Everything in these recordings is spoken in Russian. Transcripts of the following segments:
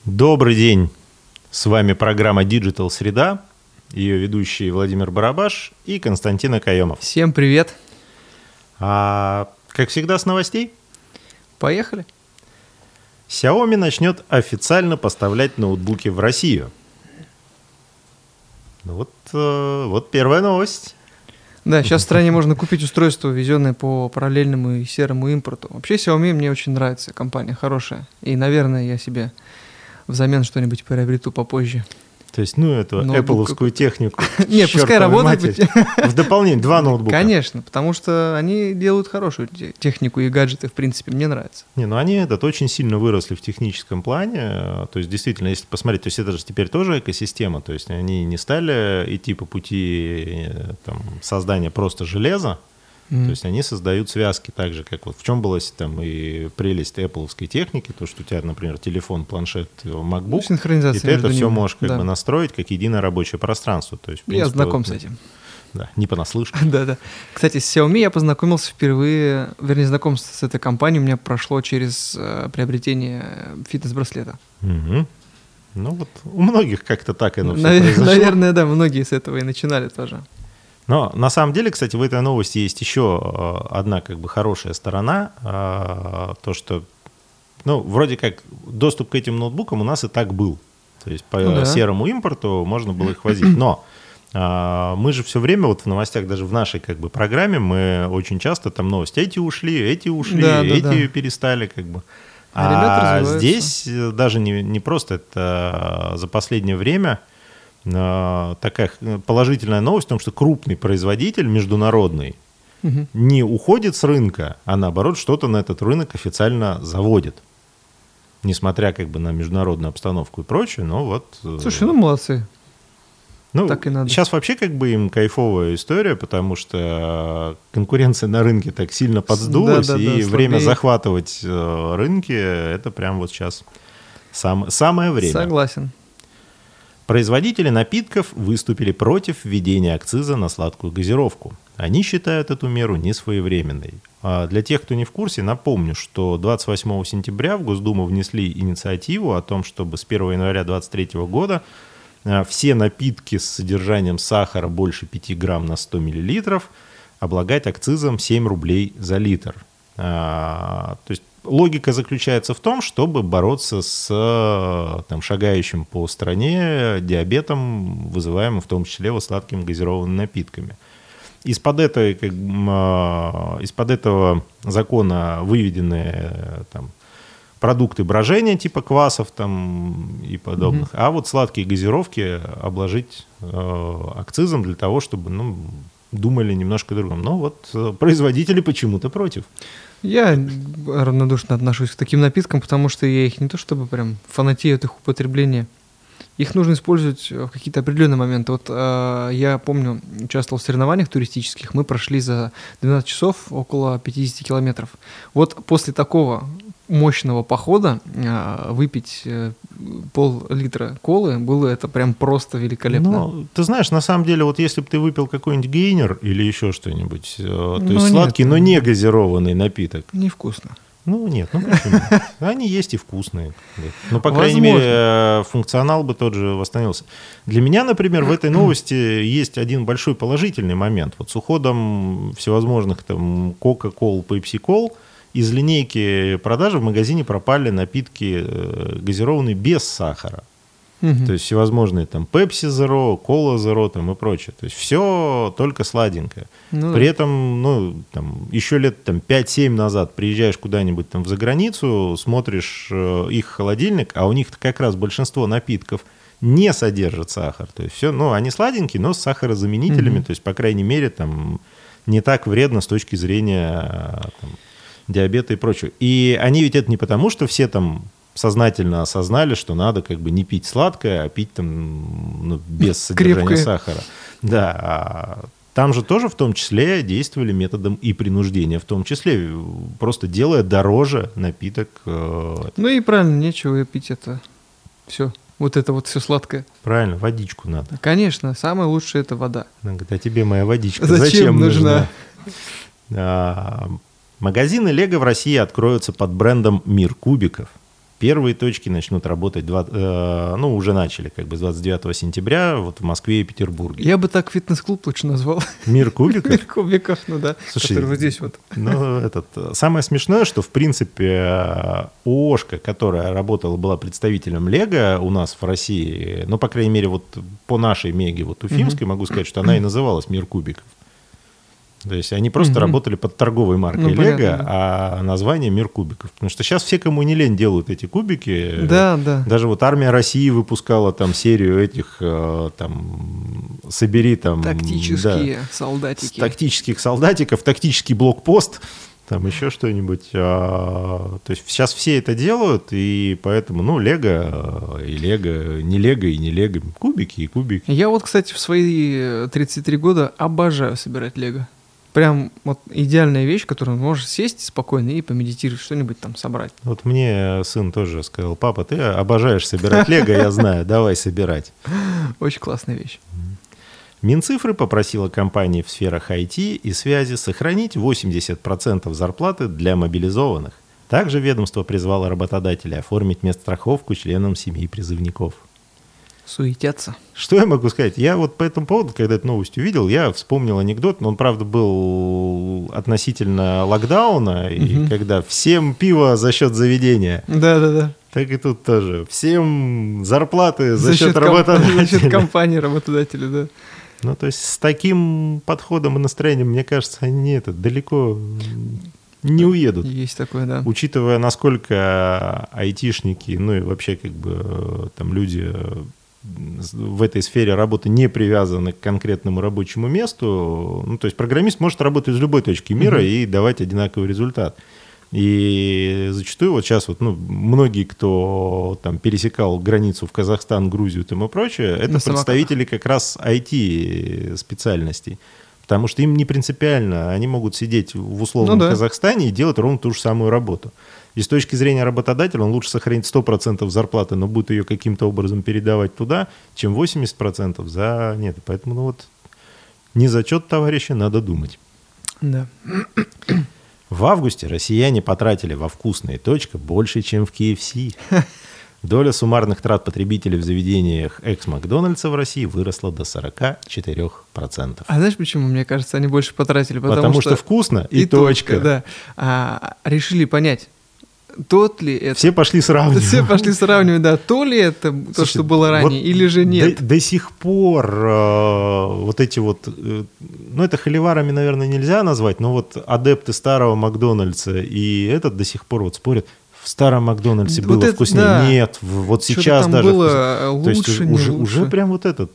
Добрый день, с вами программа Digital Среда, ее ведущие Владимир Барабаш и Константин Акаемов. Всем привет. Как всегда, с новостей. Поехали. Xiaomi начнет официально поставлять ноутбуки в Россию. Вот первая новость. Да, сейчас в стране можно купить устройство, ввезенное по параллельному и серому импорту. Вообще Xiaomi мне очень нравится, компания хорошая. И, наверное, я себе взамен что-нибудь приобрету попозже. То есть, эту Apple-овскую технику. Не, пускай работает. В дополнение 2 ноутбука. Конечно, потому что они делают хорошую технику и гаджеты, в принципе, мне нравится. Они очень сильно выросли в техническом плане. То есть, действительно, если посмотреть, то есть это же теперь тоже экосистема. То есть, они не стали идти по пути создания просто железа. То есть они создают связки так же, как в чем была и прелесть Apple-овской техники, то, что у тебя, например, телефон, планшет, MacBook, и ты это все можешь настроить как единое рабочее пространство. То есть, я знаком с этим. Да, не понаслышке. Да. Кстати, с Xiaomi я познакомился впервые, знакомство с этой компанией у меня прошло через приобретение фитнес-браслета. Угу. У многих как-то так оно все произошло. Наверное, да, многие с этого и начинали тоже. Но на самом деле, кстати, в этой новости есть еще одна хорошая сторона, то, что, вроде как доступ к этим ноутбукам у нас и так был. То есть по серому импорту можно было их возить. Но мы же все время в новостях, даже в нашей программе, мы очень часто новости эти ушли, эти перестали А здесь даже не просто это за последнее время такая положительная новость в том, что крупный производитель международный не уходит с рынка, а наоборот что-то на этот рынок официально заводит. Несмотря на международную обстановку и прочее, Слушай, молодцы. Так и надо. Сейчас вообще им кайфовая история, потому что конкуренция на рынке так сильно подсдулась, и время захватывать рынки, это прям сейчас самое время. Согласен. Производители напитков выступили против введения акциза на сладкую газировку. Они считают эту меру несвоевременной. Для тех, кто не в курсе, напомню, что 28 сентября в Госдуму внесли инициативу о том, чтобы с 1 января 2023 года все напитки с содержанием сахара больше 5 грамм на 100 миллилитров облагать акцизом 7 рублей за литр. То есть логика заключается в том, чтобы бороться с шагающим по стране диабетом, вызываемым в том числе сладкими газированными напитками. Из-под этого закона выведены продукты брожения типа квасов и подобных, а сладкие газировки обложить акцизом для того, чтобы думали немножко другом. Но производители почему-то против. Я равнодушно отношусь к таким напиткам, потому что я их не то чтобы прям фанатею от их употребления. Их нужно использовать в какие-то определенные моменты. Я помню, участвовал в соревнованиях туристических, мы прошли за 12 часов около 50 километров. После такого мощного похода выпить пол-литра колы было это прям просто великолепно. Ты знаешь, на самом деле, если бы ты выпил какой-нибудь гейнер или еще что-нибудь, то есть сладкий, но не газированный напиток. Невкусно. Нет, почему? Они есть и вкусные. По крайней мере, функционал бы тот же восстановился. Для меня, например, в этой новости есть один большой положительный момент. С уходом всевозможных Coca-Cola, Pepsi-Cola из линейки продажи в магазине пропали напитки газированные без сахара. То есть всевозможные Pepsi Zero, Cola Zero и прочее. То есть все только сладенькое. При этом, еще лет 5-7 назад приезжаешь куда-нибудь в заграницу, смотришь их холодильник, а у них как раз большинство напитков не содержит сахар. То есть все, они сладенькие, но с сахарозаменителями. То есть, по крайней мере, не так вредно с точки зрения диабета и прочего. И они ведь это не потому, что все сознательно осознали, что надо не пить сладкое, а пить без содержания сахара. Да, там же тоже в том числе действовали методом и принуждения, в том числе просто делая дороже напиток. И правильно, нечего пить это все. Это все сладкое. Правильно, водичку надо. Конечно, самое лучшее это вода. А тебе моя водичка зачем нужна? Магазины Лего в России откроются под брендом «Мир кубиков». Первые точки начнут работать, уже начали, как бы с 29 сентября вот в Москве и Петербурге. Я бы так фитнес-клуб лучше назвал. Мир кубиков? Мир кубиков, ну да. Слушай, который вот здесь вот. Самое смешное, что, в принципе, ООшка, которая была представителем Лего у нас в России, ну, по крайней мере, вот по нашей Меге, вот уфимской, могу сказать, что она и называлась «Мир кубиков». То есть они просто работали под торговой маркой Лего, а название «Мир кубиков». Потому что сейчас все, кому не лень, делают эти кубики. Да, да. Даже вот армия России выпускала там серию этих, там, собери там... Тактические солдатики. Тактических солдатиков, тактический блокпост, там еще что-нибудь. То есть сейчас все это делают, и поэтому, ну, Лего и Лего, не Лего и не Лего, кубики и кубики. Я вот, кстати, в свои 33 года обожаю собирать Лего. Прям вот идеальная вещь, которую можешь сесть спокойно и помедитировать, что-нибудь там собрать. Вот мне сын тоже сказал: папа, ты обожаешь собирать Лего, я знаю, давай собирать. Очень классная вещь. Минцифры попросила компании в сферах IT и связи сохранить 80% зарплаты для мобилизованных. Также ведомство призвало работодателей оформить медстраховку членам семьи призывников. Суетятся. Что я могу сказать? Я вот по этому поводу, когда эту новость увидел, я вспомнил анекдот, но он, правда, был относительно локдауна, и когда всем пиво за счет заведения. Да-да-да. Так и тут тоже. Всем зарплаты за счет работодателя. За счет компании работодателя, да. Ну, то есть с таким подходом и настроением, мне кажется, они далеко не уедут. Есть такое, да. Учитывая, насколько айтишники, ну и вообще как бы там люди в этой сфере работы не привязаны к конкретному рабочему месту, ну, то есть программист может работать из любой точки мира и давать одинаковый результат. И зачастую вот сейчас вот, ну, многие, кто там пересекал границу в Казахстан, Грузию там и прочее, это представители как раз IT-специальностей. Потому что им не принципиально, они могут сидеть в условном Казахстане и делать ровно ту же самую работу. И с точки зрения работодателя он лучше сохранить 100% зарплаты, но будет ее каким-то образом передавать туда, чем 80% за нет. Поэтому, ну вот, не зачет, товарищи, надо думать. Да. В августе россияне потратили во вкусные точки больше, чем в KFC. Доля суммарных трат потребителей в заведениях экс-Макдональдса в России выросла до 44%. А знаешь, почему, мне кажется, они больше потратили? Потому что вкусно и точка. Да. Решили понять, тот ли это... Все пошли сравнивать. Да, то ли это то, что было ранее, или же нет. До сих пор вот эти вот... Ну, это холиварами, наверное, нельзя назвать, но вот адепты старого Макдональдса и этот до сих пор вот спорят, в старом Макдональдсе вот было вкуснее. Да. Нет, вот что сейчас там даже... было лучше, то есть не уже прям вот этот...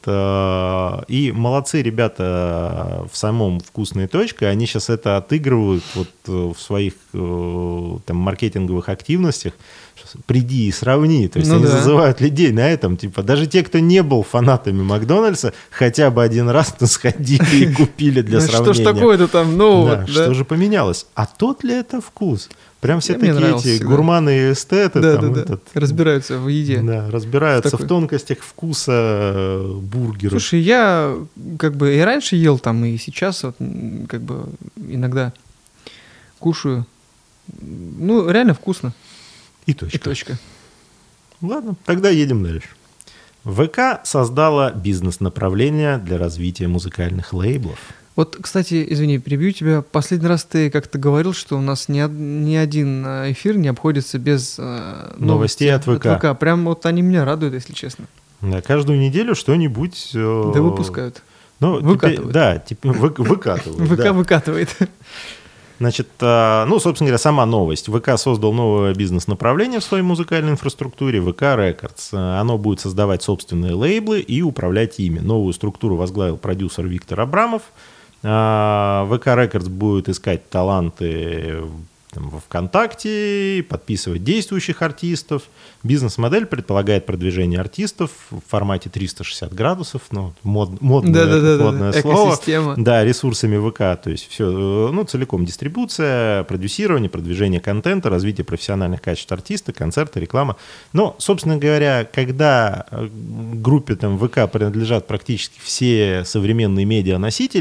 И молодцы ребята в самом «Вкусной точке», они сейчас это отыгрывают вот в своих там маркетинговых активностях. Приди и сравни. То есть они зазывают людей на этом. Типа даже те, кто не был фанатами Макдональдса, хотя бы один раз сходили и купили для сравнения. Что ж такое-то там нового? Что же поменялось? А тот ли это вкус? Прям все такие эти гурманы и эстеты. Разбираются в еде. Да, разбираются в тонкостях вкуса бургера. Слушай, я как бы и раньше ел там, и сейчас вот, как бы иногда кушаю. Ну, реально вкусно. И точка. Ладно, тогда едем дальше. ВК создала бизнес-направление для развития музыкальных лейблов. Вот, кстати, извини, перебью тебя. Последний раз ты как-то говорил, что у нас ни один эфир не обходится без новостей от ВК. Прям вот они меня радуют, если честно. Да, каждую неделю что-нибудь... Да выпускают. Ну, выкатывают. Выкатывают. ВК выкатывает. Значит, ну, собственно говоря, сама новость. ВК создал новое бизнес-направление в своей музыкальной инфраструктуре, ВК Records. Оно будет создавать собственные лейблы и управлять ими. Новую структуру возглавил продюсер Виктор Абрамов. ВК Records будет искать таланты во ВКонтакте, подписывать действующих артистов. Бизнес-модель предполагает продвижение артистов в формате 360 градусов, ну, модное слово. Экосистема. Да, ресурсами ВК, то есть все, ну, целиком дистрибуция, продюсирование, продвижение контента, развитие профессиональных качеств артиста, концерты, реклама. Но, собственно говоря, когда группе там ВК принадлежат практически все современные медианосители,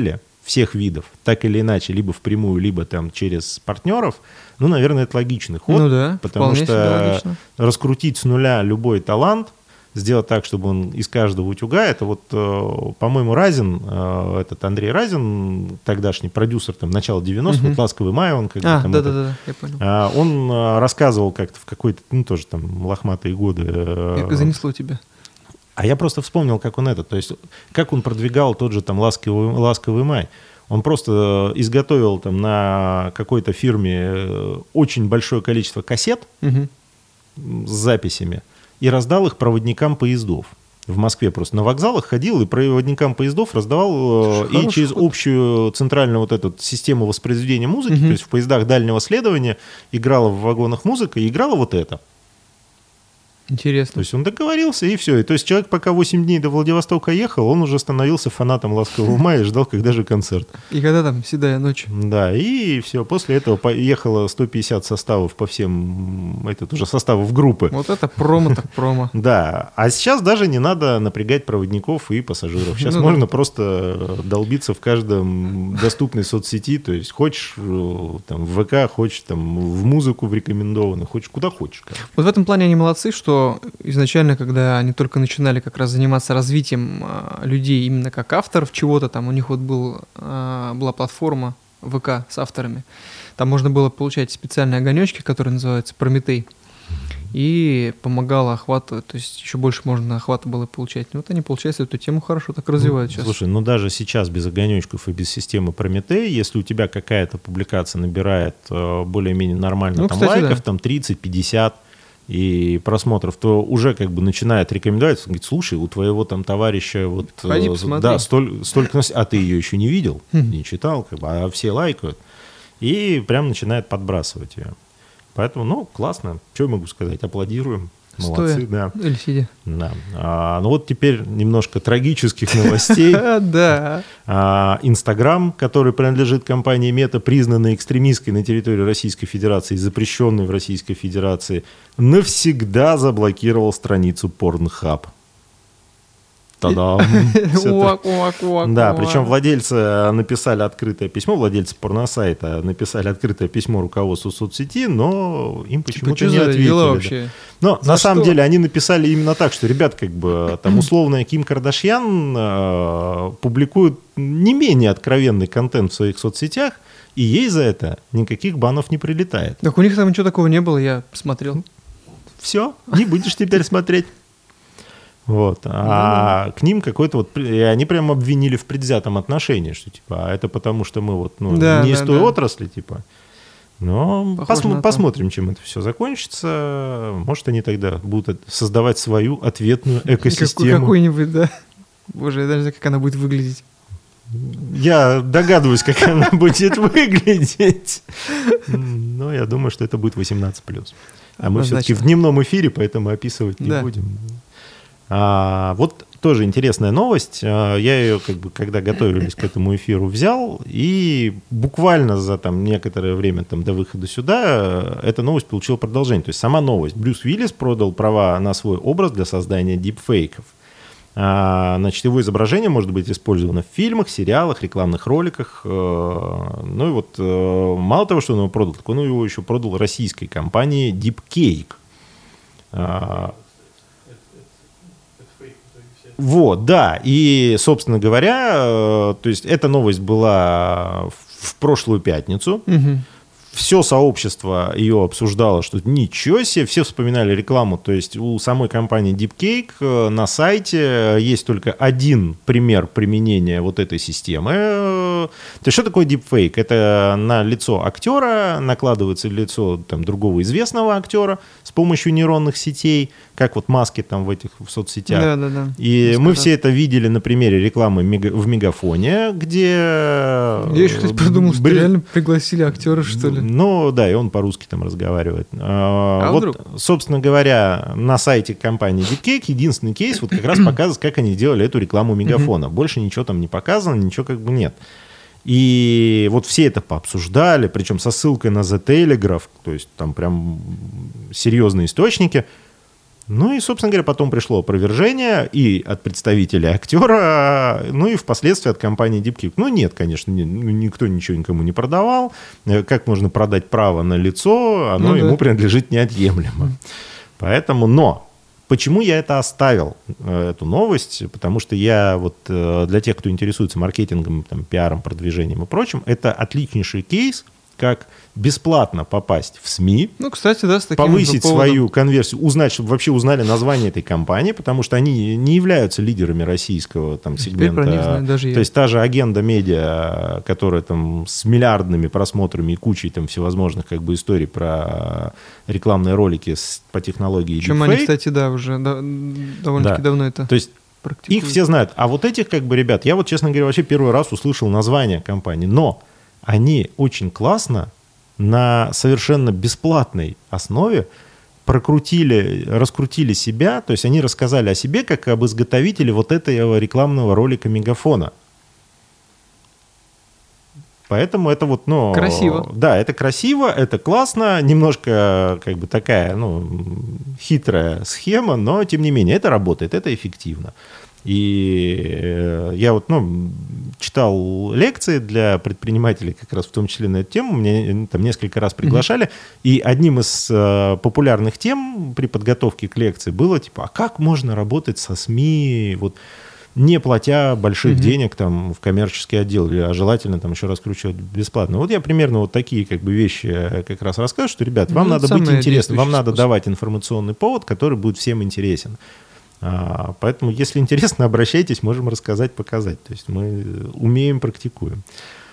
всех видов, так или иначе, либо впрямую, либо там через партнеров, ну, наверное, это логичный ход. Ну да, потому что раскрутить с нуля любой талант, сделать так, чтобы он из каждого утюга, это вот, по-моему, Разин, этот Андрей Разин, тогдашний продюсер, там, начала 90-х, вот «Ласковый май», он как бы там... Да, я понял. Он рассказывал как-то в какой-то, ну, тоже там, лохматые годы. Как занесло тебя? А я просто вспомнил, как он то есть, как он продвигал тот же там «Ласковый май». Он просто изготовил там на какой-то фирме очень большое количество кассет с записями и раздал их проводникам поездов. В Москве просто на вокзалах ходил и проводникам поездов раздавал, и через общую центральную вот эту систему воспроизведения музыки, то есть в поездах дальнего следования играла в вагонах музыка, и играла вот это. Интересно. То есть он договорился, и все. И то есть человек, пока 8 дней до Владивостока ехал, он уже становился фанатом «Ласкового мая» и ждал, когда же концерт. И когда там «Седая ночь». Да, и все. После этого поехало 150 составов по всем, уже составов группы. Вот это промо так промо. Да, а сейчас даже не надо напрягать проводников и пассажиров. Сейчас можно просто долбиться в каждом доступной соцсети. То есть хочешь там, в ВК, хочешь там, в музыку в рекомендованную, хочешь куда хочешь. Вот в этом плане они молодцы, что изначально, когда они только начинали как раз заниматься развитием людей именно как авторов чего-то, там у них вот была платформа ВК с авторами, там можно было получать специальные огонечки, которые называются «Прометей», и помогало охватывать, то есть еще больше можно охвата было получать. Ну, вот они, получается, эту тему хорошо так развивают сейчас. Слушай, ну даже сейчас без огонечков и без системы Прометей, если у тебя какая-то публикация набирает более-менее нормально, там, кстати, лайков, там 30-50 и просмотров, то уже как бы начинает рекомендовать, он говорит, слушай, у твоего там товарища вот, да, столько, а ты ее еще не видел, не читал, как бы, а все лайкают, и прям начинает подбрасывать ее. Поэтому, ну, классно. Что я могу сказать? Аплодируем. Молодцы, да. Или сидя. Да. Ну вот теперь немножко трагических новостей. Да. Инстаграм, который принадлежит компании Мета, признанной экстремистской на территории Российской Федерации, запрещенной в Российской Федерации, навсегда заблокировал страницу Pornhub. Та-дам! Да, причем владельцы написали открытое письмо, владельцы порносайта написали открытое письмо руководству соцсети, но им почему-то не ответили. Но на самом деле они написали именно так, что, ребят, как бы там условная Ким Кардашьян публикует не менее откровенный контент в своих соцсетях, и ей за это никаких банов не прилетает. Так у них там ничего такого не было, я посмотрел. Все, не будешь теперь смотреть. Вот. А к ним какой-то вот... И они прям обвинили в предвзятом отношении, что типа, а это потому, что мы вот не из той отрасли, типа. Но посмотрим, чем это все закончится. Может, они тогда будут создавать свою ответную экосистему. Какую-нибудь, да. Боже, я даже не знаю, как она будет выглядеть. Я догадываюсь, как она будет выглядеть. Но я думаю, что это будет 18+. А мы все-таки в дневном эфире, поэтому описывать не будем. Вот тоже интересная новость. Я ее, как бы, когда готовились к этому эфиру, взял, и буквально за там, некоторое время там, до выхода сюда эта новость получила продолжение. То есть сама новость. Брюс Уиллис продал права на свой образ для создания дипфейков. Значит, его изображение может быть использовано в фильмах, сериалах, рекламных роликах. Ну и вот мало того, что он его продал, так он его еще продал российской компании DeepCake. Вот, да, и, собственно говоря, то есть эта новость была в прошлую пятницу. Все сообщество ее обсуждало, что ничего себе, все вспоминали рекламу. То есть у самой компании DeepCake на сайте есть только один пример применения вот этой системы. То есть что такое deepfake? Это на лицо актера накладывается лицо там, другого известного актера с помощью нейронных сетей, как вот маски там в соцсетях. Да. И мы все это видели на примере рекламы в Мегафоне, где... Я еще, кстати, подумал, что реально пригласили актера, что ли. Ну, да, и он по-русски там разговаривает. Вот, собственно говоря, на сайте компании DeepCake единственный кейс вот как раз показывает, как они делали эту рекламу Мегафона. Больше ничего там не показано, ничего как бы нет. И вот все это пообсуждали, причем со ссылкой на The Telegraph, то есть там прям серьезные источники. Ну и, собственно говоря, потом пришло опровержение и от представителя актера, ну и впоследствии от компании DeepKeep. Ну нет, конечно, никто ничего никому не продавал. Как можно продать право на лицо? Оно ему принадлежит неотъемлемо. Поэтому, но почему я это оставил, эту новость? Потому что я вот для тех, кто интересуется маркетингом, там, пиаром, продвижением и прочим, это отличнейший кейс, как бесплатно попасть в СМИ, ну, кстати, да, с таким повысить свою конверсию, узнать, чтобы вообще узнали название этой компании, потому что они не являются лидерами российского там, сегмента. Про них знаю, даже я. То есть та же Агenda Медиа, которая там с миллиардными просмотрами и кучей там всевозможных как бы историй про рекламные ролики по технологии deepfake. Чем они, кстати, да, уже довольно-таки давно это то есть их все знают. А вот этих как бы ребят, я вот, честно говоря, вообще первый раз услышал название компании, но они очень классно на совершенно бесплатной основе раскрутили себя, то есть они рассказали о себе как об изготовителе вот этого рекламного ролика Мегафона. Поэтому это вот, ну... Красиво. Да, это красиво, это классно, немножко как бы такая, ну, хитрая схема, но тем не менее это работает, это эффективно. И я вот, ну, читал лекции для предпринимателей как раз в том числе на эту тему, меня там несколько раз приглашали, и одним из популярных тем при подготовке к лекции было типа, а как можно работать со СМИ, вот, не платя больших денег там в коммерческий отдел, а желательно там еще раскручивать бесплатно. Вот я примерно вот такие как бы вещи как раз рассказываю, что, ребят, вам надо быть интересным, вам надо давать информационный повод, который будет всем интересен. Поэтому, если интересно, обращайтесь, можем рассказать, показать. То есть мы умеем, практикуем.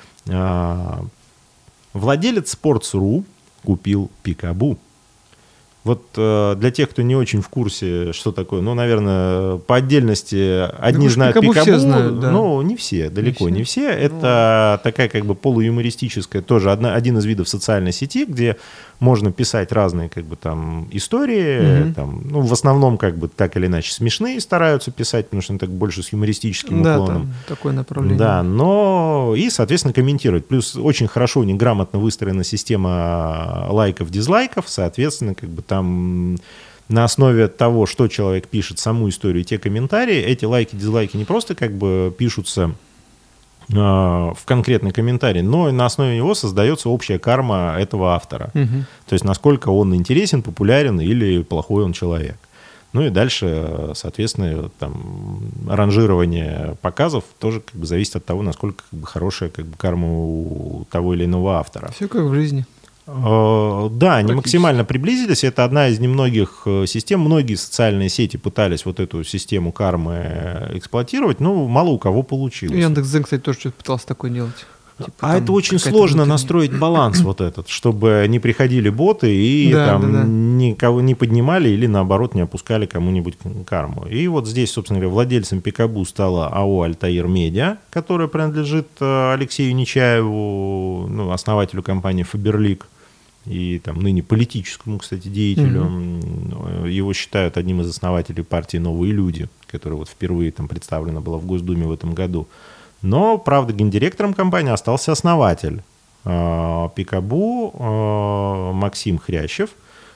Владелец Sports.ru купил Peekaboo. Вот для тех, кто не очень в курсе, что такое, ну, наверное, по отдельности одни знают Peekaboo, все знают, да. но не все, далеко не все. Это такая как бы полуюмористическая, тоже один из видов социальной сети, где можно писать разные как бы там истории, там, ну, в основном как бы так или иначе смешные стараются писать, потому что они так больше с юмористическим уклоном. Да, такое направление. Да, но и, соответственно, комментировать. Плюс очень хорошо, у них грамотно выстроена система лайков, дизлайков, соответственно, как бы там на основе того, что человек пишет, саму историю и те комментарии, эти лайки, дизлайки не просто как бы пишутся в конкретный комментарий, но и на основе него создается общая карма этого автора. То есть насколько он интересен, популярен или плохой он человек. Ну и дальше, соответственно, там, ранжирование показов тоже как бы зависит от того, насколько как бы хорошая как бы карма у того или иного автора. Все как в жизни. Да, они максимально приблизились. Это одна из немногих систем. Многие социальные сети пытались вот эту систему кармы эксплуатировать, но мало у кого получилось. Яндекс.Дзен, кстати, тоже что-то пытался такое делать. Типа, это очень сложно настроить баланс вот этот, чтобы не приходили боты и никого не поднимали или, наоборот, не опускали кому-нибудь карму. И вот здесь, собственно говоря, владельцем Peekaboo стала АО «Альтаир Медиа», которая принадлежит Алексею Нечаеву, ну, основателю компании «Фаберлик», и там ныне политическому, кстати, деятелю. Его считают одним из основателей партии «Новые люди», которая вот впервые там представлена была в Госдуме в этом году. Но, правда, гендиректором компании остался основатель Peekaboo Максим Хрящев.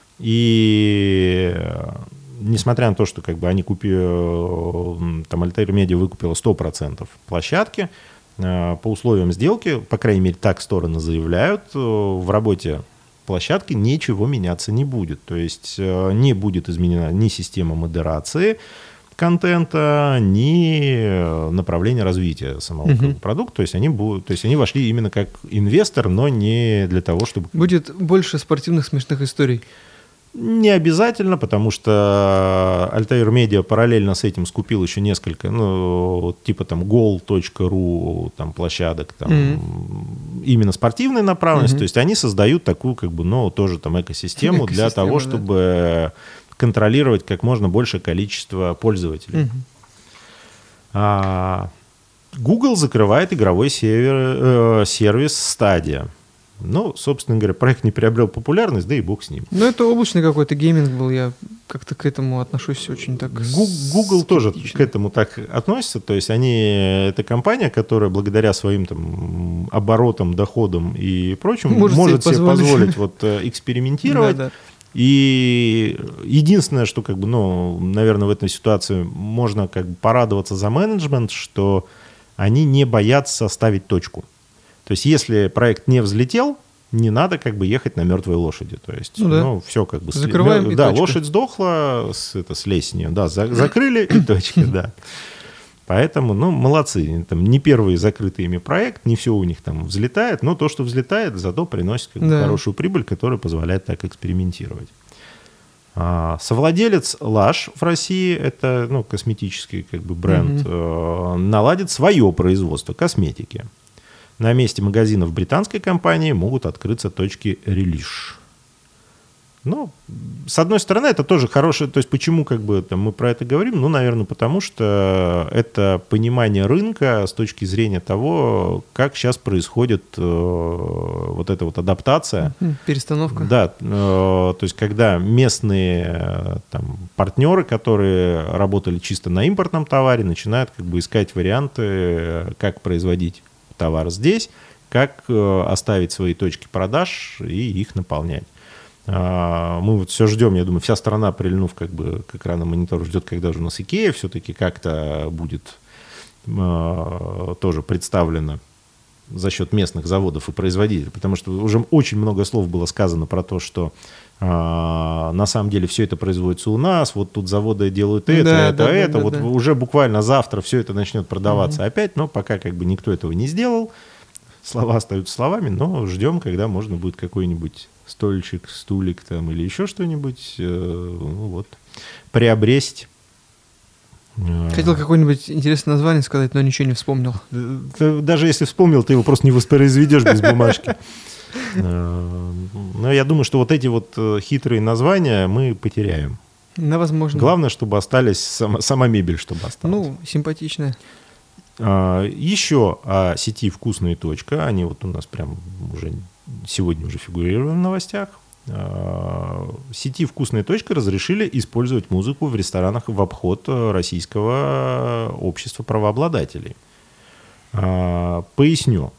И несмотря на то, что как бы они купили, там Альтаир Медиа выкупила 100% площадки, по условиям сделки, по крайней мере, так стороны заявляют, в работе площадки ничего меняться не будет. То есть не будет изменена ни система модерации контента, ни направление развития самого продукта. То есть они вошли именно как инвестор, но не для того, чтобы... Будет больше спортивных смешных историй. Не обязательно, потому что Альтаир Медиа параллельно с этим скупил еще несколько, ну, типа там goal.ru там, площадок, там, именно спортивной направленности. То есть они создают такую, как бы, ну, тоже там экосистему для того, чтобы контролировать как можно большее количество пользователей. Google закрывает игровой сервис Stadia. Ну, собственно говоря, проект не приобрел популярность, да и бог с ним. Ну, это облачный какой-то гейминг был, я как-то к этому отношусь очень так... Google тоже к этому так относится, то есть это компания, которая благодаря своим там оборотам, доходам и прочему может себе позволить вот экспериментировать. И единственное, что, как бы, ну, наверное, в этой ситуации можно как бы порадоваться за менеджмент, что они не боятся ставить точку. То есть если проект не взлетел, не надо как бы ехать на мертвой лошади. То есть, все как бы... Закрываем и да, точка. лошадь сдохла с лесенью, да, закрыли и точка, да. Поэтому, ну, молодцы. Там не первый закрытый ими проект, не все у них там взлетает, но то, что взлетает, зато приносит как бы хорошую прибыль, которая позволяет так экспериментировать. Совладелец Lush в России, это, ну, косметический как бы бренд, наладит свое производство косметики. На месте магазинов британской компании могут открыться точки Relish. Ну, с одной стороны, это тоже хорошее. То есть, почему как бы там, мы про это говорим? Ну, наверное, потому что это понимание рынка с точки зрения того, как сейчас происходит вот эта вот адаптация. Перестановка. Да, то есть, когда местные там, партнеры, которые работали чисто на импортном товаре, начинают как бы искать варианты, как производить товар здесь, как оставить свои точки продаж и их наполнять. Мы вот все ждем, я думаю, вся страна, прильнув как бы к экрану монитора, ждет, когда же у нас Икея все-таки как-то будет тоже представлена за счет местных заводов и производителей, потому что уже очень много слов было сказано про то, что на самом деле все это производится у нас, вот тут заводы делают это, вот уже буквально завтра все это начнет продаваться опять, но пока как бы никто этого не сделал, слова остаются словами, но ждем, когда можно будет какой-нибудь стольчик, стулик там или еще что-нибудь вот, приобрести. Хотел какое-нибудь интересное название сказать, но ничего не вспомнил. Даже если вспомнил, ты его просто не воспроизведешь без бумажки. Но я думаю, что вот эти вот хитрые названия мы потеряем. Да, возможно. Главное, чтобы остались сама мебель, чтобы осталась. Ну, симпатичная. Еще о сети «Вкусная точка». Они вот у нас прям уже сегодня уже фигурируют в новостях. Сети «Вкусная точка» разрешили использовать музыку в ресторанах в обход Российского общества правообладателей. Поясню.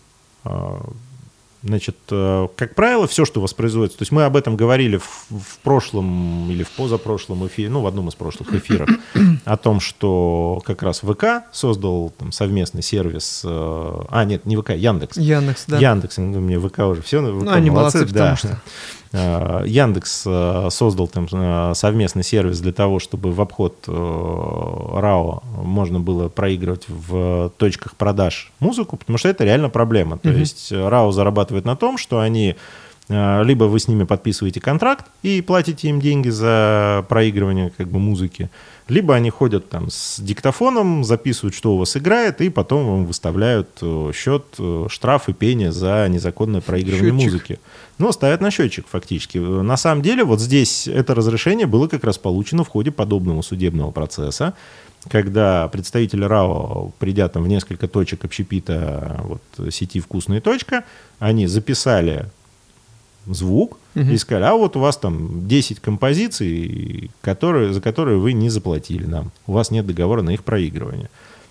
Значит, как правило, все, что воспроизводится, то есть мы об этом говорили в прошлом или в позапрошлом эфире, ну, в одном из прошлых эфиров, о том, что как раз ВК создал там совместный сервис, нет, не ВК, Яндекс. Яндекс, да. Яндекс, ну, мне ВК уже все, ВК, они молодцы, да. потому что... Яндекс создал там совместный сервис для того, чтобы в обход РАО можно было проигрывать в точках продаж музыку, потому что это реально проблема. То есть РАО зарабатывает на том, что они либо вы с ними подписываете контракт и платите им деньги за проигрывание как бы музыки, либо они ходят там с диктофоном, записывают, что у вас играет, и потом вам выставляют счет, штраф и пени за незаконное проигрывание музыки. Но ставят на счетчик фактически. На самом деле вот здесь это разрешение было как раз получено в ходе подобного судебного процесса, когда представители РАО, придя там в несколько точек общепита вот, сети «Вкусная точка», они записали звук и сказали, а вот у вас там 10 композиций, за которые вы не заплатили нам. У вас нет договора на их проигрывание.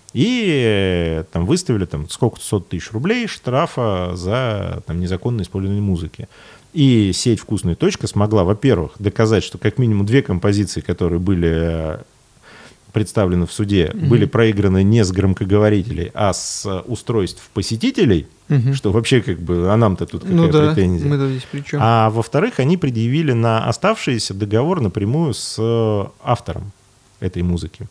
И там выставили там сколько-то 100 тысяч рублей штрафа за там, незаконное использование музыки. И сеть «Вкусная точка» смогла, во-первых, доказать, что как минимум 2 композиции, которые были представлены в суде, были проиграны не с громкоговорителей, а с устройств посетителей, что вообще как бы, а нам-то тут какая претензия. Мы-то здесь при чем? А во-вторых, они предъявили на оставшийся договор напрямую с автором этой музыки.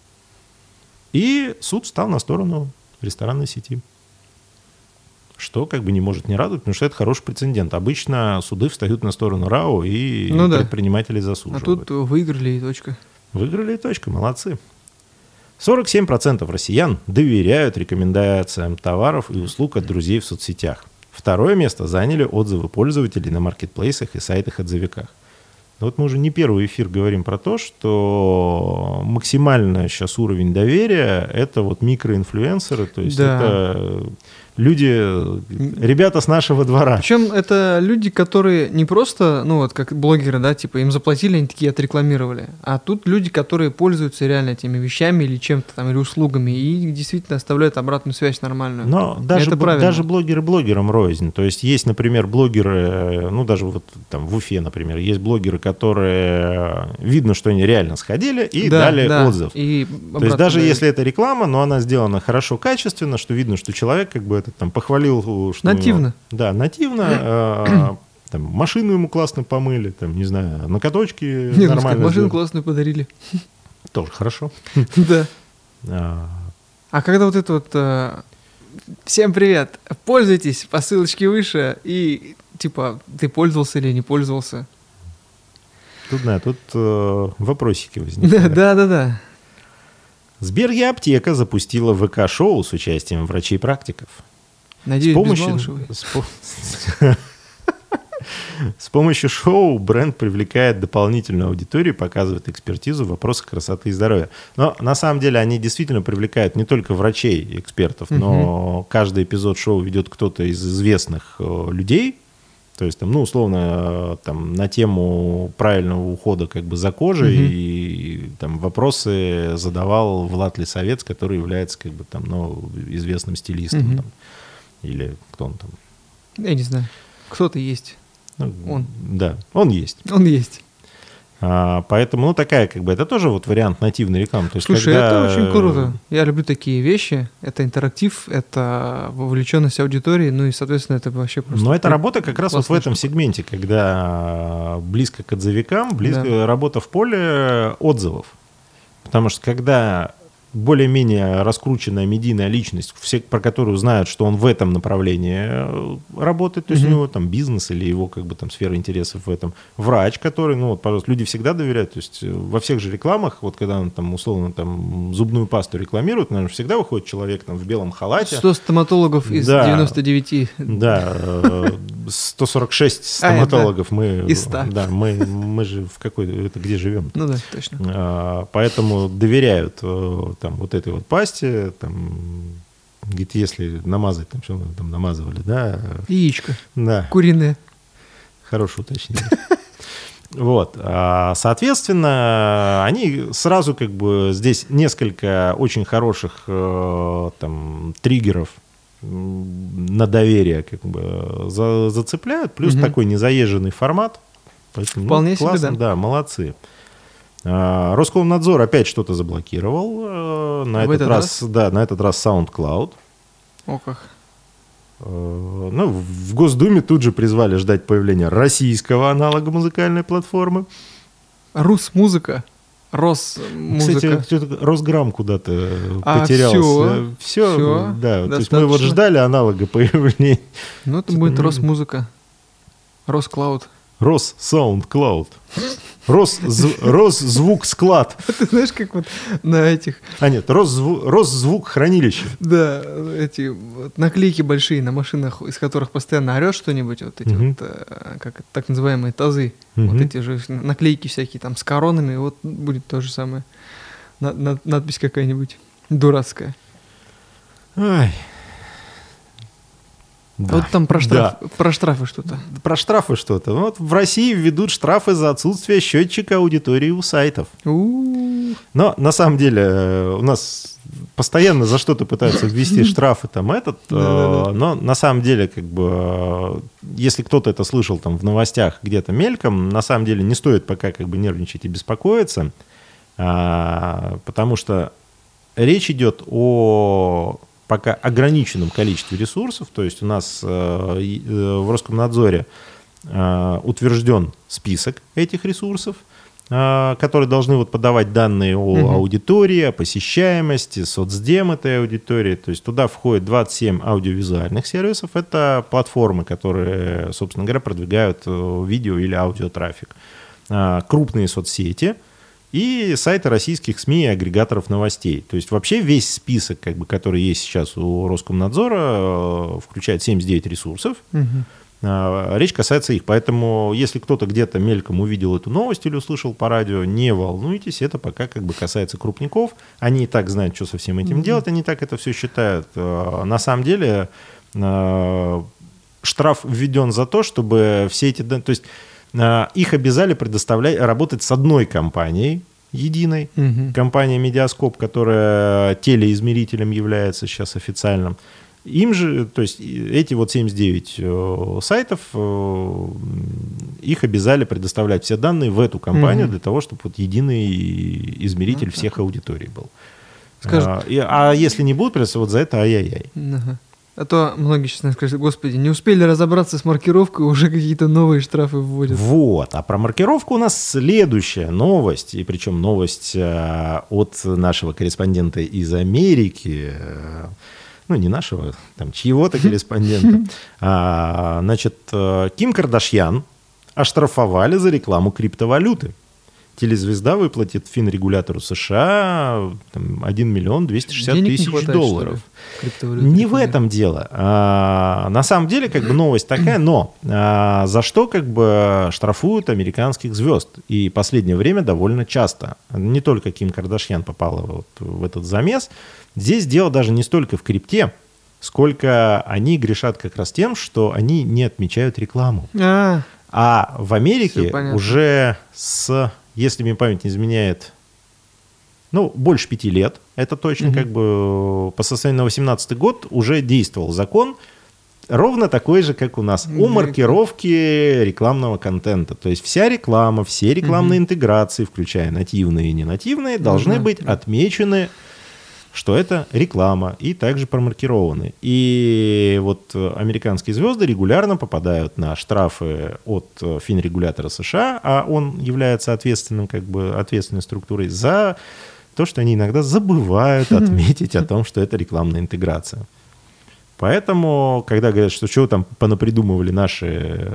И суд встал на сторону ресторанной сети. Что как бы не может не радовать, потому что это хороший прецедент. Обычно суды встают на сторону РАО и предпринимателей засуживают. А тут выиграли и точка. Выиграли и точка, молодцы. 47% россиян доверяют рекомендациям товаров и услуг от друзей в соцсетях. Второе место заняли отзывы пользователей на маркетплейсах и сайтах-отзывиках. Вот мы уже не первый эфир говорим про то, что максимально сейчас уровень доверия — это вот микроинфлюенсеры, то есть это ребята с нашего двора. Причем это люди, которые не просто, ну вот как блогеры, да, типа им заплатили, они такие отрекламировали, а тут люди, которые пользуются реально этими вещами или чем-то там, или услугами, и действительно оставляют обратную связь нормальную. Но даже блогеры блогерам рознь. То есть есть, например, блогеры, ну даже вот там в Уфе, например, есть блогеры, которые видно, что они реально сходили и дали отзыв. И то есть даже если это реклама, но она сделана хорошо, качественно, что видно, что человек как бы это там похвалил, что нативно. Да, нативно. Там, машину ему классно помыли, там, не знаю, накаточки нормально. Машину классную подарили. Тоже хорошо. Да. А когда вот это вот всем привет, пользуйтесь по ссылочке выше, и типа ты пользовался или не пользовался? Тут вопросики возникают. Да. Сбер e-аптека запустила ВК-шоу с участием врачей-практиков. Надеюсь, без Малышевой. С помощью шоу бренд привлекает дополнительную аудиторию, показывает экспертизу в вопросах красоты и здоровья. Но на самом деле они действительно привлекают не только врачей и экспертов, но каждый эпизод шоу ведет кто-то из известных людей. То есть, там, ну, условно, там, на тему правильного ухода как бы за кожей и там вопросы задавал Влад Лисовец, который является как бы там, ну, известным стилистом. Там, или кто он там? Я не знаю. Кто-то есть. Он. Да, он есть. Он есть. Поэтому, ну, такая, как бы, это тоже вот вариант нативной рекламы. То есть, слушай, это очень круто. Я люблю такие вещи. Это интерактив, это вовлеченность аудитории, ну и, соответственно, это вообще просто... Но это работа как раз вот в этом сегменте, когда близко к отзывикам, работа в поле отзывов. Потому что когда более-менее раскрученная медийная личность, все, про которую знают, что он в этом направлении работает, то есть у него там бизнес или его как бы там сфера интересов в этом, врач, который, ну вот, пожалуйста, люди всегда доверяют, то есть во всех же рекламах, вот когда он там условно там зубную пасту рекламирует, наверное, всегда выходит человек там в белом халате. 100 стоматологов из 99. Да, 146 стоматологов. Мы, из 100. Да, мы же в какой, это где живем? Ну да, точно. Поэтому доверяют там вот этой вот пасте, там, говорит, если намазать, там что там намазывали, да? Яичко. Да. Куриное. Хорошее уточнение. Вот, соответственно, они сразу как бы здесь несколько очень хороших там триггеров на доверие как бы зацепляют, плюс такой незаезженный формат. Поэтому, вполне себе, классно, да, молодцы. Роскомнадзор опять что-то заблокировал. На этот раз SoundCloud. О как. Ну, в Госдуме тут же призвали ждать появления российского аналога музыкальной платформы. Русмузыка. Росмузыка. Кстати, Росграм куда-то потерялся. Все, да. То есть мы вот ждали аналога появления. Ну, это будет Росмузыка. Росклауд. Россаундклауд. Росзвуксклад. Ты знаешь, как вот на этих... нет, Росзвукхранилище. Да, эти вот наклейки большие на машинах, из которых постоянно орет что-нибудь, вот эти вот, как так называемые тазы, вот эти же наклейки всякие там с коронами, вот будет то же самое. Надпись какая-нибудь дурацкая. Ай... Да. Вот там про штрафы что-то. Про штрафы что-то. Вот в России введут штрафы за отсутствие счетчика аудитории у сайтов. Но на самом деле у нас постоянно за что-то пытаются ввести штрафы там но на самом деле как бы если кто-то это слышал там в новостях где-то мельком, на самом деле не стоит пока как бы нервничать и беспокоиться, потому что речь идет о пока ограниченном количестве ресурсов, то есть у нас в Роскомнадзоре утвержден список этих ресурсов, которые должны вот подавать данные о аудитории, о посещаемости, соцдем этой аудитории. То есть туда входит 27 аудиовизуальных сервисов. Это платформы, которые, собственно говоря, продвигают видео или аудиотрафик. Крупные соцсети и сайты российских СМИ и агрегаторов новостей. То есть вообще весь список, как бы, который есть сейчас у Роскомнадзора, включает 79 ресурсов. Речь касается их. Поэтому если кто-то где-то мельком увидел эту новость или услышал по радио, не волнуйтесь, это пока как бы касается крупников. Они и так знают, что со всем этим делать, они так это все считают. На самом деле штраф введен за то, чтобы все эти... То есть их обязали работать с одной компанией, единой, компания Медиаскоп, которая телеизмерителем является сейчас официальным. Им же, то есть эти вот 79 сайтов, их обязали предоставлять все данные в эту компанию для того, чтобы вот единый измеритель всех аудиторий был. А если не будут, вот за это ай-яй-яй. А то многие сейчас скажут: господи, не успели разобраться с маркировкой, уже какие-то новые штрафы вводят. Вот, а про маркировку у нас следующая новость, и причем новость от нашего корреспондента из Америки, ну, не нашего, там, чьего-то корреспондента. Значит, Ким Кардашьян оштрафовали за рекламу криптовалюты. Телезвезда выплатит финрегулятору США 1 миллион 260 тысяч долларов. Не в этом дело. На самом деле, как бы новость такая, но за что как бы штрафуют американских звезд? И последнее время довольно часто. Не только Ким Кардашьян попала вот в этот замес. Здесь дело даже не столько в крипте, сколько они грешат как раз тем, что они не отмечают рекламу. А в Америке уже если мне память не изменяет, больше 5 лет, это точно, как бы по состоянию на 2018 год уже действовал закон, ровно такой же, как у нас, о маркировке рекламного контента. То есть вся реклама, все рекламные интеграции, включая нативные и ненативные, должны быть отмечены, что это реклама, и также промаркированы. И вот американские звезды регулярно попадают на штрафы от финрегулятора США, а он является ответственным, как бы, ответственной структурой за то, что они иногда забывают отметить о том, что это рекламная интеграция. Поэтому, когда говорят, что чего там понапридумывали наши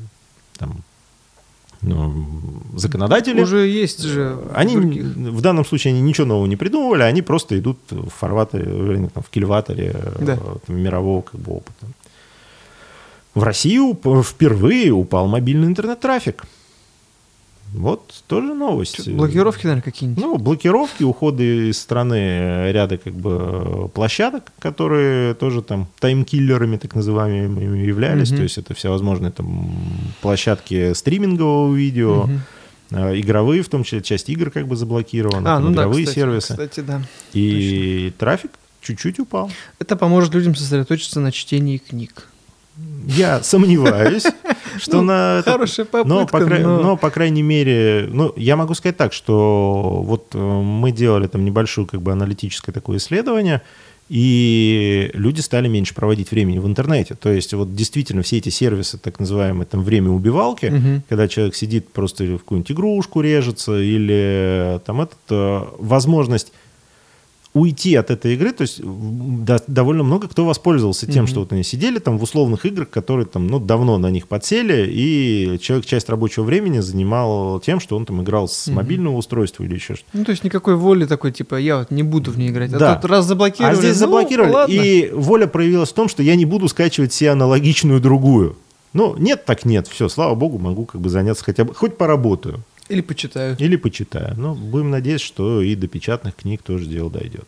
законодатели, уже есть же они в данном случае они ничего нового не придумывали, они просто идут в фарватере, в кильваторе мирового как бы опыта. В России впервые упал мобильный интернет-трафик. Вот тоже новость. Блокировки, наверное, какие-нибудь? Блокировки, уходы из страны ряда как бы площадок, которые тоже там таймкиллерами так называемыми являлись. То есть это всевозможные там площадки стримингового видео, игровые, в том числе часть игр как бы заблокирована, игровые сервисы. Кстати, да. И трафик чуть-чуть упал. Это поможет людям сосредоточиться на чтении книг. Я сомневаюсь, что на... Хорошая попытка, но, по крайней мере, я могу сказать так, что вот мы делали там небольшое как бы аналитическое такое исследование, и люди стали меньше проводить времени в интернете. То есть вот действительно все эти сервисы, так называемые там время убивалки, когда человек сидит просто в какую-нибудь игрушку режется, или там возможность уйти от этой игры, то есть довольно много кто воспользовался тем, что вот они сидели там в условных играх, которые там, давно на них подсели, и человек часть рабочего времени занимал тем, что он там играл с мобильного устройства или еще что-то. То есть никакой воли такой, типа, я вот не буду в ней играть. Да. А тут раз заблокировали, здесь заблокировали, и воля проявилась в том, что я не буду скачивать себе аналогичную другую. Нет так нет, все, слава богу, могу как бы заняться хотя бы, хоть поработаю. Или почитаю. Будем надеяться, что и до печатных книг тоже дело дойдет.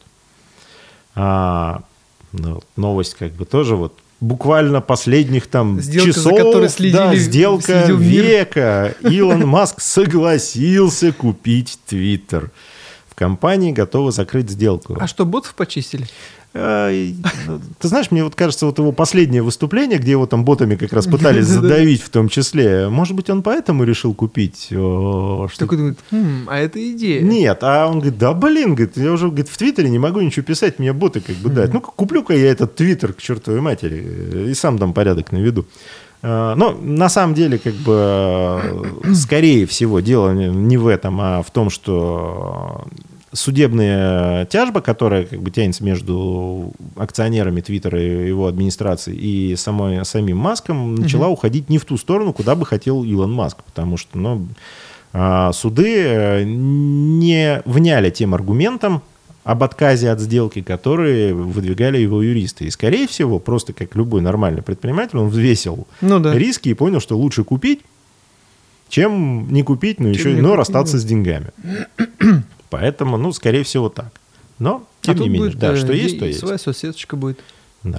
Новость как бы тоже вот буквально последних там сделка, часов. За которой следили, сделка века. Илон Маск согласился купить Твиттер. В компании готовы закрыть сделку. А что, ботов почистили? Ты знаешь, мне вот кажется, вот его последнее выступление, где его там ботами как раз пытались задавить в том числе, может быть, он поэтому решил купить. Такой думает, а это идея. Нет, а он говорит, говорит, я уже в Твиттере не могу ничего писать, мне боты как бы дать. Куплю-ка я этот Твиттер к чертовой матери и сам там порядок наведу. Но на самом деле, как бы, скорее всего, дело не в этом, а в том, что судебная тяжба, которая как бы тянется между акционерами Твиттера и его администрацией и самим Маском, начала уходить не в ту сторону, куда бы хотел Илон Маск, потому что суды не вняли тем аргументам об отказе от сделки, которые выдвигали его юристы. И, скорее всего, просто как любой нормальный предприниматель, он взвесил риски и понял, что лучше купить, чем не купить, но расстаться с деньгами. Поэтому, скорее всего, так. Но, тем не менее, что есть, то есть. Своя соседочка будет. Да.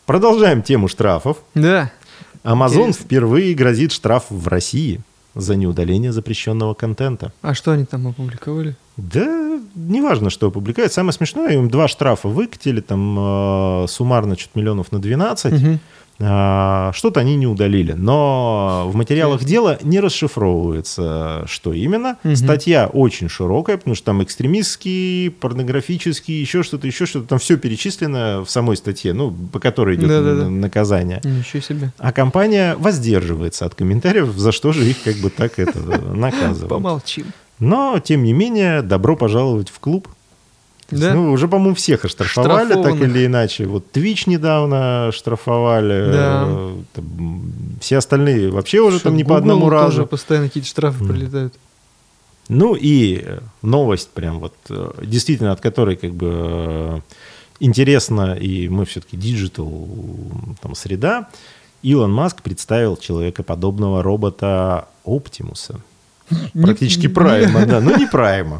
Продолжаем тему штрафов. Да. Amazon впервые грозит штраф в России за неудаление запрещенного контента. А что они там опубликовали? Да, неважно, что опубликовать. Самое смешное, им 2 штрафа выкатили, там суммарно что-то миллионов на 12. Угу. Что-то они не удалили. Но в материалах дела не расшифровывается, что именно. Угу. Статья очень широкая, потому что там экстремистские, порнографические, еще что-то. Там все перечислено в самой статье, ну, по которой идет наказание. Ничего себе. А компания воздерживается от комментариев, за что же их как бы так наказывают. Помолчим. Но, тем не менее, добро пожаловать в клуб. Да? Ну, уже, по-моему, всех оштрафовали, так или иначе. Вот Twitch недавно штрафовали. Да. Все остальные вообще уже Что, там не Google по одному разу. тоже постоянно какие-то штрафы прилетают. Ну и новость прям вот действительно, от которой как бы интересно, и мы все-таки диджитал там среда. Илон Маск представил человекоподобного робота Оптимуса. Практически Прайма, да, но не Прайма.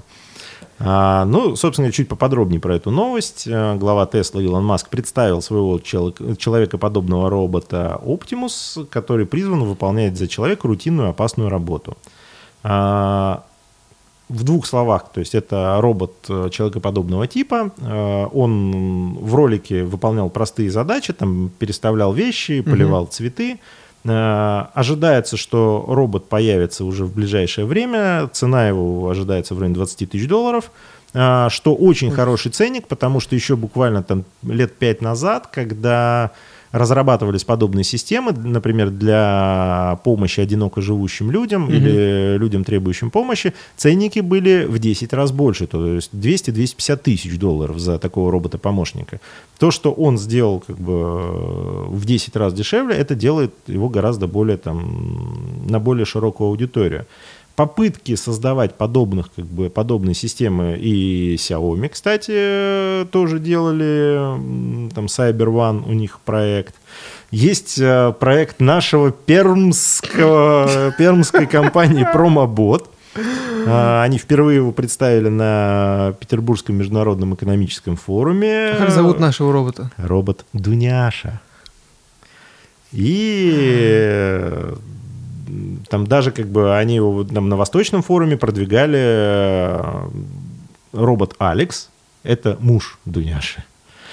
Ну, собственно, чуть поподробнее про эту новость. Глава Tesla Илон Маск представил своего человекоподобного робота Optimus, который призван выполнять за человека рутинную опасную работу. В 2 словах, то есть это робот человекоподобного типа. Он в ролике выполнял простые задачи, там переставлял вещи, поливал цветы. Ожидается, что робот появится уже в ближайшее время. Цена его ожидается в районе $20 тысяч, что очень хороший ценник, потому что еще буквально там лет 5 назад, когда разрабатывались подобные системы, например, для помощи одиноко живущим людям или людям, требующим помощи, ценники были в 10 раз больше, то есть $200-250 тысяч за такого робота-помощника. То, что он сделал как бы в 10 раз дешевле, это делает его гораздо более на более широкую аудиторию. Попытки создавать подобные системы и Xiaomi, кстати, тоже делали, там Cyber One у них проект. Есть проект нашего пермской компании Pромобот. Они впервые его представили на Петербургском международном экономическом форуме. Как зовут нашего робота? Робот Дуняша. И там даже как бы они его там на Восточном форуме продвигали робот Алекс. Это муж Дуняши.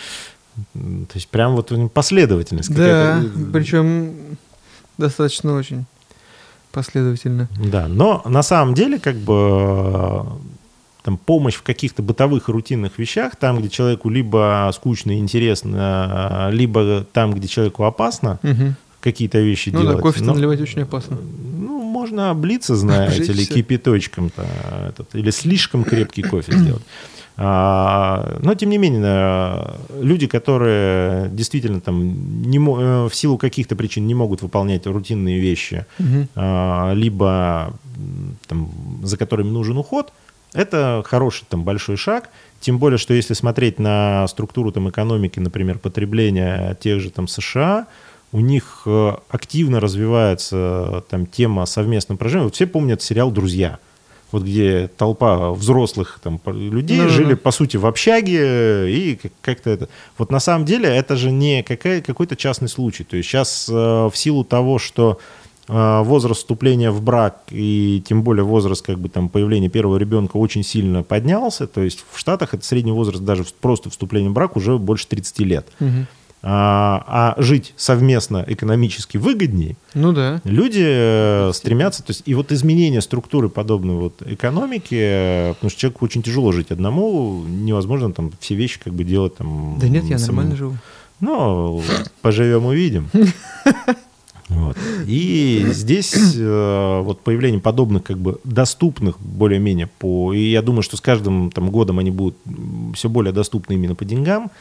То есть прям вот последовательность. Да, причем достаточно очень последовательно. Да, но на самом деле как бы там помощь в каких-то бытовых и рутинных вещах, там, где человеку либо скучно и интересно, либо там, где человеку опасно, какие-то вещи делать. Ну да, кофе наливать очень опасно. Ну, можно облиться, знаете, или кипяточком-то, или слишком крепкий кофе сделать. Но, тем не менее, люди, которые действительно там в силу каких-то причин не могут выполнять рутинные вещи, либо там, за которыми нужен уход, это хороший там, большой шаг. Тем более, что если смотреть на структуру там, экономики, например, потребления тех же там, США, у них активно развивается там, тема совместного проживания. Вот все помнят сериал «Друзья». Вот где толпа взрослых там, людей жили, по сути, в общаге, и как-то это... Вот на самом деле это же не какой-то частный случай. То есть сейчас в силу того, что возраст вступления в брак и тем более возраст как бы, там, появления первого ребенка очень сильно поднялся, то есть в Штатах это средний возраст даже просто вступления в брак уже больше 30 лет. А жить совместно экономически выгоднее, ну да, люди стремятся, то есть и вот изменение структуры подобной вот экономики, потому что человеку очень тяжело жить одному, невозможно там все вещи как бы делать там. Да нет, я нормально живу. Ну, поживем увидим. Вот. И здесь вот появление подобных как бы доступных более-менее и я думаю, что с каждым там годом они будут все более доступны именно по деньгам.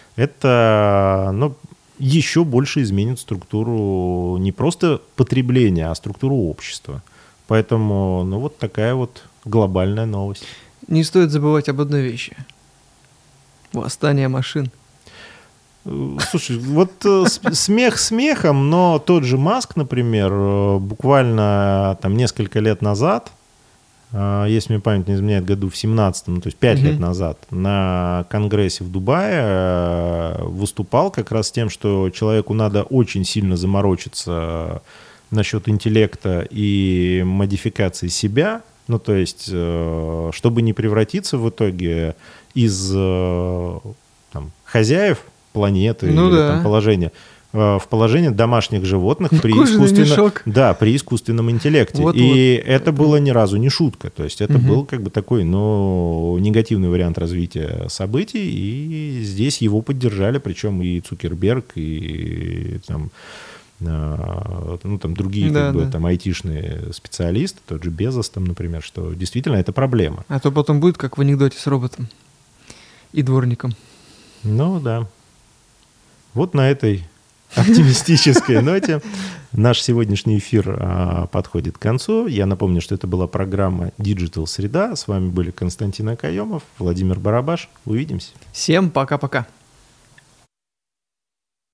Это еще больше изменит структуру не просто потребления, а структуру общества. Поэтому вот такая вот глобальная новость. Не стоит забывать об одной вещи. Восстание машин. Слушай, вот смех смехом, но тот же Маск, например, буквально там несколько лет назад если мне память не изменяет, году в 17-м, то есть 5 лет назад, на конгрессе в Дубае выступал как раз с тем, что человеку надо очень сильно заморочиться насчет интеллекта и модификации себя, ну, то есть, чтобы не превратиться в итоге из там, хозяев планеты или там, положения в положение домашних животных при искусственном интеллекте. Это было ни разу не шутка. То есть это был как бы такой, негативный вариант развития событий, и здесь его поддержали, причем и Цукерберг, и там, другие там айтишные специалисты, тот же Безос, там, например, что действительно это проблема. А то потом будет, как в анекдоте с роботом и дворником. Ну да. Вот на этой оптимистической ноте наш сегодняшний эфир подходит к концу. Я напомню, что это была программа Digital Среда. С вами были Константин Акаемов, Владимир Барабаш. Увидимся. Всем пока-пока.